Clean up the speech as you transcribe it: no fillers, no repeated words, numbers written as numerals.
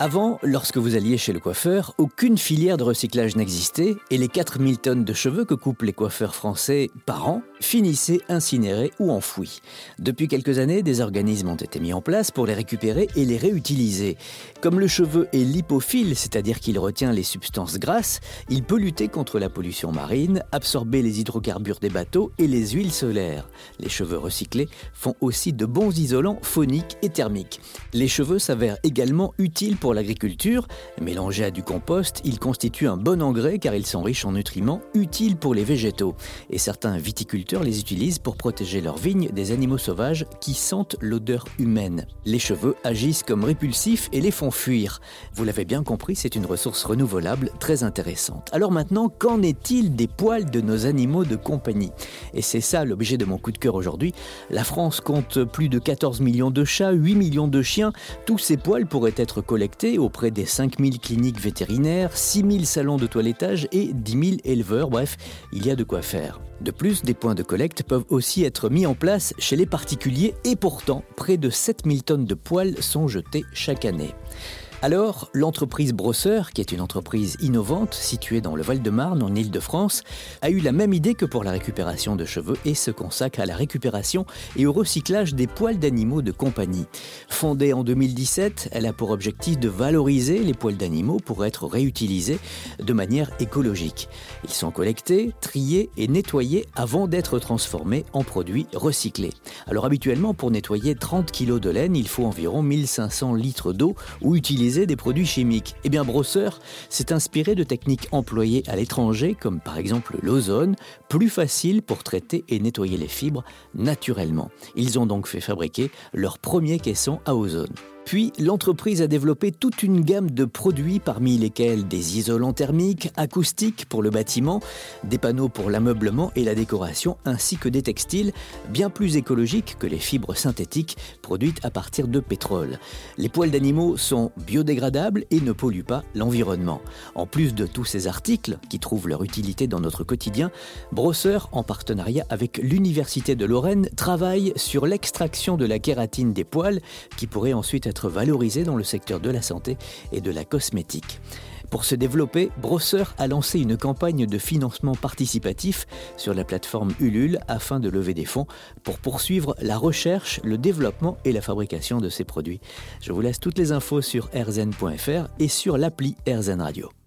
Avant, lorsque vous alliez chez le coiffeur, aucune filière de recyclage n'existait et les 4000 tonnes de cheveux que coupent les coiffeurs français par an finissaient incinérés ou enfouis. Depuis quelques années, des organismes ont été mis en place pour les récupérer et les réutiliser. Comme le cheveu est lipophile, c'est-à-dire qu'il retient les substances grasses, il peut lutter contre la pollution marine, absorber les hydrocarbures des bateaux et les huiles solaires. Les cheveux recyclés font aussi de bons isolants phoniques et thermiques. Les cheveux s'avèrent également utiles pour l'agriculture. Mélangés à du compost, ils constituent un bon engrais car ils sont riches en nutriments utiles pour les végétaux. Et certains viticulteurs les utilisent pour protéger leurs vignes des animaux sauvages qui sentent l'odeur humaine. Les cheveux agissent comme répulsifs et les font fuir. Vous l'avez bien compris, c'est une ressource renouvelable très intéressante. Alors maintenant, qu'en est-il des poils de nos animaux de compagnie ? Et c'est ça l'objet de mon coup de cœur aujourd'hui. La France compte plus de 14 millions de chats, 8 millions de chiens. Tous ces poils pourraient être collectés auprès des 5000 cliniques vétérinaires, 6000 salons de toilettage et 10 000 éleveurs. Bref, il y a de quoi faire. De plus, des points de collecte peuvent aussi être mis en place chez les particuliers et pourtant, près de 7000 tonnes de poils sont jetées chaque année. Alors, l'entreprise Brosseur, qui est une entreprise innovante située dans le Val-de-Marne, en Île-de-France, a eu la même idée que pour la récupération de cheveux et se consacre à la récupération et au recyclage des poils d'animaux de compagnie. Fondée en 2017, elle a pour objectif de valoriser les poils d'animaux pour être réutilisés de manière écologique. Ils sont collectés, triés et nettoyés avant d'être transformés en produits recyclés. Alors habituellement, pour nettoyer 30 kg de laine, il faut environ 1500 litres d'eau ou utiliser des produits chimiques. Eh bien, Brosseur s'est inspiré de techniques employées à l'étranger, comme par exemple l'ozone, plus facile pour traiter et nettoyer les fibres naturellement. Ils ont donc fait fabriquer leur premier caisson à ozone. Puis, l'entreprise a développé toute une gamme de produits parmi lesquels des isolants thermiques, acoustiques pour le bâtiment, des panneaux pour l'ameublement et la décoration, ainsi que des textiles bien plus écologiques que les fibres synthétiques produites à partir de pétrole. Les poils d'animaux sont biodégradables et ne polluent pas l'environnement. En plus de tous ces articles qui trouvent leur utilité dans notre quotidien, Brosseur, en partenariat avec l'Université de Lorraine, travaille sur l'extraction de la kératine des poils qui pourrait ensuite être valorisée dans le secteur de la santé et de la cosmétique. Pour se développer, Brosseur a lancé une campagne de financement participatif sur la plateforme Ulule afin de lever des fonds pour poursuivre la recherche, le développement et la fabrication de ces produits. Je vous laisse toutes les infos sur rzn.fr et sur l'appli RZN Radio.